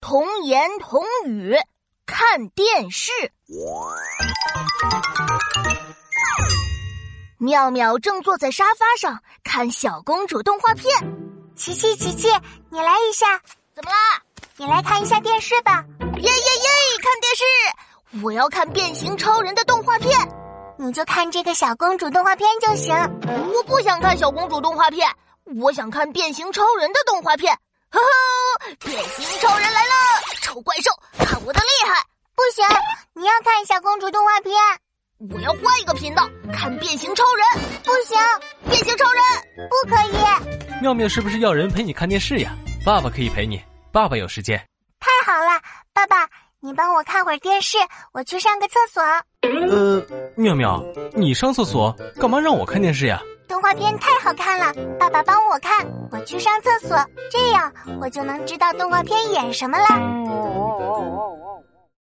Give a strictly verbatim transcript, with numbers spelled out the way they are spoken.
童言童语看电视。妙妙正坐在沙发上看小公主动画片。 琪琪琪琪，你来一下。 怎么啦？ 你来看一下电视吧。 耶耶耶，看电视！我要看变形超人的动画片。 你就看这个小公主动画片就行。 我不想看小公主动画片，我想看变形超人的动画片。呵呵，变形超人来了！臭怪兽，看我的厉害！ 不行，你要看小公主动画片。 我要换一个频道，看变形超人。 不行， 变形超人不可以。 妙妙是不是要人陪你看电视呀？爸爸可以陪你，爸爸有时间。 太好了，爸爸，你帮我看会儿电视，我去上个厕所。 呃，妙妙，你上厕所干嘛让我看电视呀？ 动画片太好看了，爸爸帮我看，我去上厕所，这样我就能知道动画片演什么了。